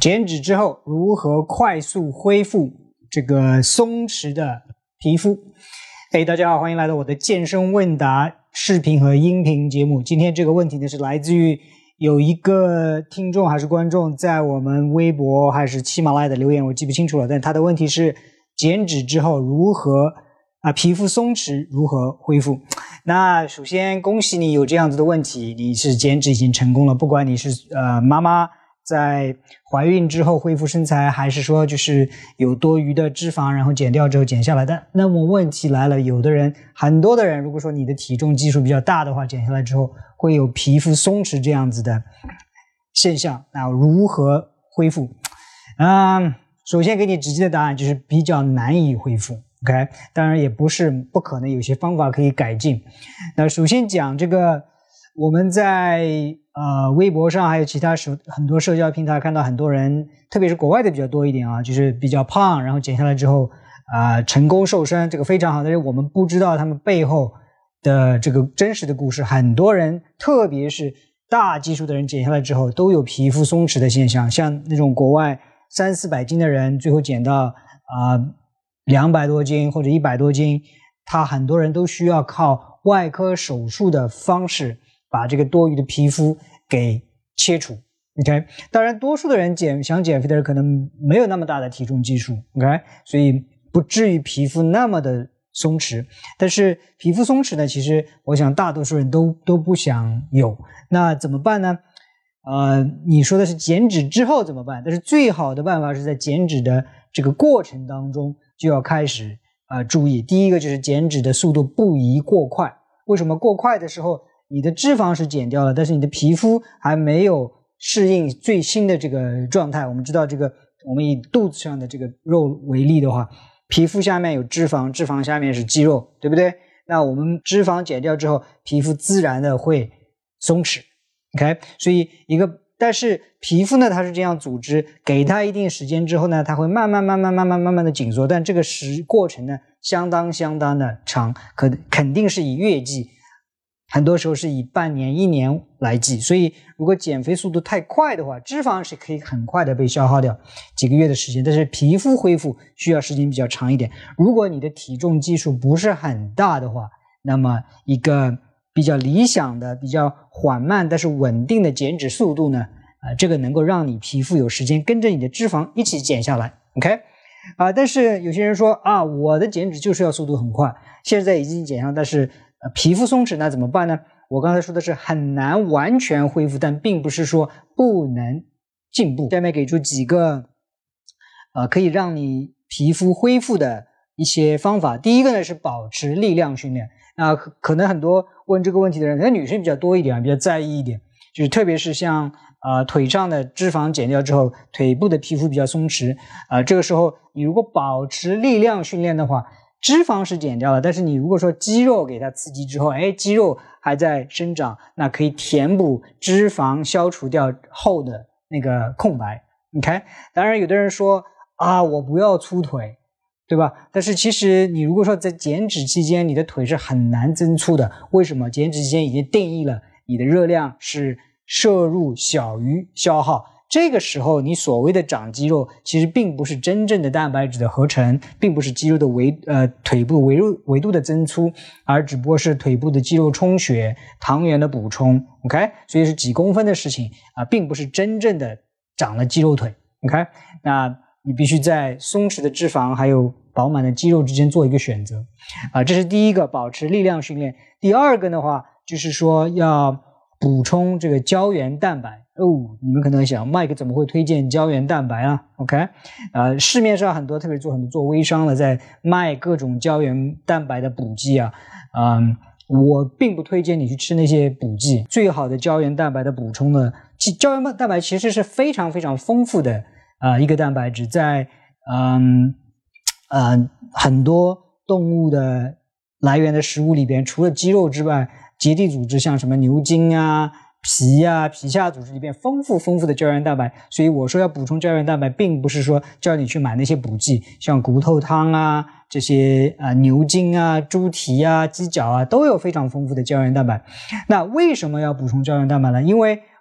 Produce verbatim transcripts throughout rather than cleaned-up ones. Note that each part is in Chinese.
减脂之后如何快速恢复这个松弛的皮肤？哎，大家好，欢迎来到我的健身问答视频和音频节目。今天这个问题呢是来自于有一个听众还是观众在我们微博还是喜马拉雅的留言，我记不清楚了，但他的问题是减脂之后如何啊皮肤松弛如何恢复？那首先恭喜你有这样子的问题，你是减脂已经成功了，不管你是呃妈妈在怀孕之后恢复身材，还是说就是有多余的脂肪然后减掉之后减下来的。那么问题来了，有的人很多的人如果说你的体重基数比较大的话，减下来之后会有皮肤松弛这样子的现象，那如何恢复？嗯，首先给你直接的答案就是比较难以恢复。OK， 当然也不是不可能，有些方法可以改进。那首先讲这个，我们在呃微博上还有其他社很多社交平台看到很多人，特别是国外的比较多一点啊，就是比较胖，然后减下来之后啊、呃、成功瘦身，这个非常好。但是我们不知道他们背后的这个真实的故事。很多人，特别是大基数的人减下来之后都有皮肤松弛的现象，像那种国外三四百斤的人，最后减到啊。呃两百多斤或者一百多斤，他很多人都需要靠外科手术的方式把这个多余的皮肤给切除。OK， 当然多数的人减想减肥的人可能没有那么大的体重基数 ，OK， 所以不至于皮肤那么的松弛。但是皮肤松弛呢，其实我想大多数人都都不想有。那怎么办呢？呃，你说的是减脂之后怎么办？但是最好的办法是在减脂的这个过程当中就要开始呃注意。第一个就是减脂的速度不宜过快。为什么过快的时候你的脂肪是减掉了，但是你的皮肤还没有适应最新的这个状态。我们知道这个，我们以肚子上的这个肉为例的话，皮肤下面有脂肪，脂肪下面是肌肉，对不对？那我们脂肪减掉之后，皮肤自然的会松弛。OK， 所以一个，但是皮肤呢，它是这样组织，给它一定时间之后呢，它会慢慢慢慢慢慢慢慢的紧缩，但这个时过程呢，相当相当的长，可肯定是以月计，很多时候是以半年、一年来计。所以，如果减肥速度太快的话，脂肪是可以很快的被消耗掉，几个月的时间，但是皮肤恢复需要时间比较长一点。如果你的体重基数不是很大的话，那么一个比较理想的、比较缓慢但是稳定的减脂速度呢，啊、呃，这个能够让你皮肤有时间跟着你的脂肪一起减下来 ，OK， 啊、呃，但是有些人说啊，我的减脂就是要速度很快，现在已经减上，但是、呃、皮肤松弛，那怎么办呢？我刚才说的是很难完全恢复，但并不是说不能进步。下面给出几个呃可以让你皮肤恢复的一些方法。第一个呢是保持力量训练。那、呃、可能很多问这个问题的人，那女生比较多一点，比较在意一点，就是特别是像呃腿上的脂肪减掉之后，腿部的皮肤比较松弛，啊、呃，这个时候你如果保持力量训练的话，脂肪是减掉了，但是你如果说肌肉给它刺激之后，哎，肌肉还在生长，那可以填补脂肪消除掉后的那个空白。你看，当然有的人说啊，我不要粗腿。对吧？但是其实你如果说在减脂期间，你的腿是很难增粗的。为什么？减脂期间已经定义了你的热量是摄入小于消耗。这个时候你所谓的长肌肉，其实并不是真正的蛋白质的合成，并不是肌肉的维呃腿部维度维度的增粗，而只不过是腿部的肌肉充血、糖原的补充。OK， 所以是几公分的事情啊、呃，并不是真正的长了肌肉腿。OK， 那你必须在松弛的脂肪还有饱满的肌肉之间做一个选择啊、呃，这是第一个，保持力量训练。第二个的话就是说要补充这个胶原蛋白。哦，你们可能想 Mike 怎么会推荐胶原蛋白啊 OK， 呃，市面上很多特别做很多做微商的在卖各种胶原蛋白的补剂啊，嗯，我并不推荐你去吃那些补剂。最好的胶原蛋白的补充呢，胶原蛋白其实是非常非常丰富的呃，一个蛋白质，在嗯呃很多动物的来源的食物里边，除了肌肉之外，结缔组织像什么牛筋啊、皮啊、皮下组织里边丰富丰富的胶原蛋白。所以我说要补充胶原蛋白，并不是说叫你去买那些补剂，像骨头汤啊、这些啊、呃、牛筋啊、猪蹄啊、鸡脚啊，都有非常丰富的胶原蛋白。那为什么要补充胶原蛋白呢？因为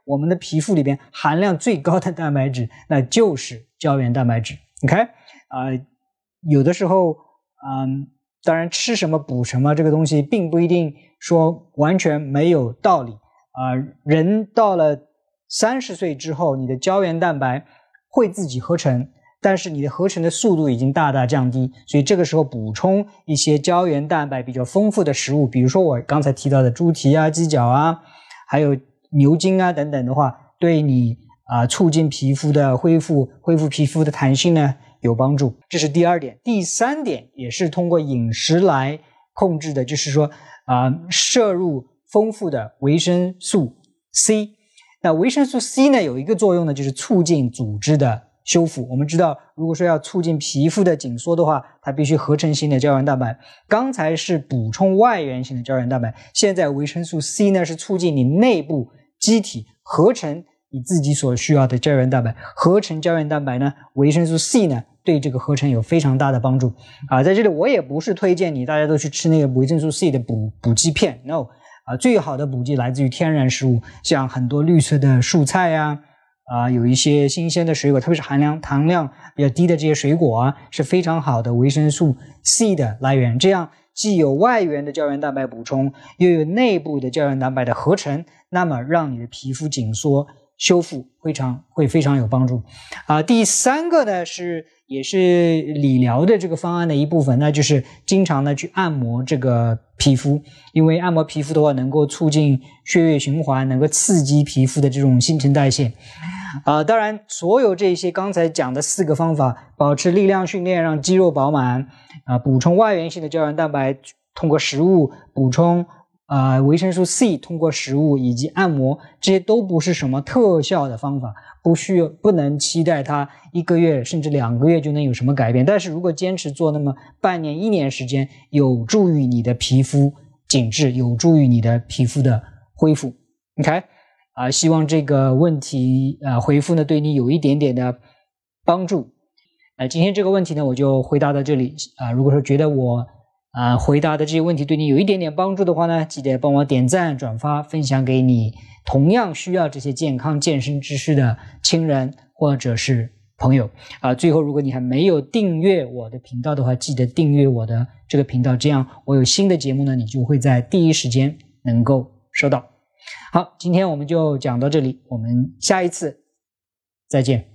我们的皮肤里边含量最高的蛋白质，那就是胶原蛋白质。OK， 啊、呃，有的时候，嗯，当然吃什么补什么这个东西，并不一定说完全没有道理啊、呃。人到了三十岁之后，你的胶原蛋白会自己合成，但是你的合成的速度已经大大降低，所以这个时候补充一些胶原蛋白比较丰富的食物，比如说我刚才提到的猪蹄啊、鸡脚啊，还有牛筋啊等等的话，对你啊、呃、促进皮肤的恢复、恢复皮肤的弹性呢有帮助。这是第二点。第三点也是通过饮食来控制的，就是说啊、呃、摄入丰富的维生素 C。那维生素 C 呢有一个作用呢，就是促进组织的修复。我们知道，如果说要促进皮肤的紧缩的话，它必须合成新的胶原蛋白。刚才是补充外源性的胶原蛋白，现在维生素 C 呢是促进你内部机体合成你自己所需要的胶原蛋白。合成胶原蛋白呢，维生素 C 呢对这个合成有非常大的帮助啊。在这里我也不是推荐你大家都去吃那个维生素 C 的补补剂片 ，no。啊，最好的补剂来自于天然食物，像很多绿色的蔬菜呀、啊，啊，有一些新鲜的水果，特别是含量糖量比较低的这些水果啊，是非常好的维生素 C 的来源。这样既有外源的胶原蛋白补充，又有内部的胶原蛋白的合成，那么让你的皮肤紧缩修复非常会非常有帮助。啊，第三个呢是也是理疗的这个方案的一部分，那就是经常的去按摩这个皮肤，因为按摩皮肤的话能够促进血液循环，能够刺激皮肤的这种新陈代谢。啊，当然所有这些刚才讲的四个方法，保持力量训练让肌肉饱满，啊，补充外源性的胶原蛋白通过食物，补充呃，维生素 C 通过食物以及按摩，这些都不是什么特效的方法，不需要不能期待它一个月甚至两个月就能有什么改变。但是如果坚持做那么半年一年时间，有助于你的皮肤紧致，有助于你的皮肤的恢复。OK， 啊、呃，希望这个问题呃回复呢对你有一点点的帮助。呃，今天这个问题呢我就回答到这里啊、呃。如果说觉得我啊、呃，回答的这些问题对你有一点点帮助的话呢，记得帮我点赞、转发、分享给你同样需要这些健康健身知识的亲人或者是朋友啊、呃。最后，如果你还没有订阅我的频道的话，记得订阅我的这个频道，这样我有新的节目呢，你就会在第一时间能够收到。好，今天我们就讲到这里，我们下一次再见。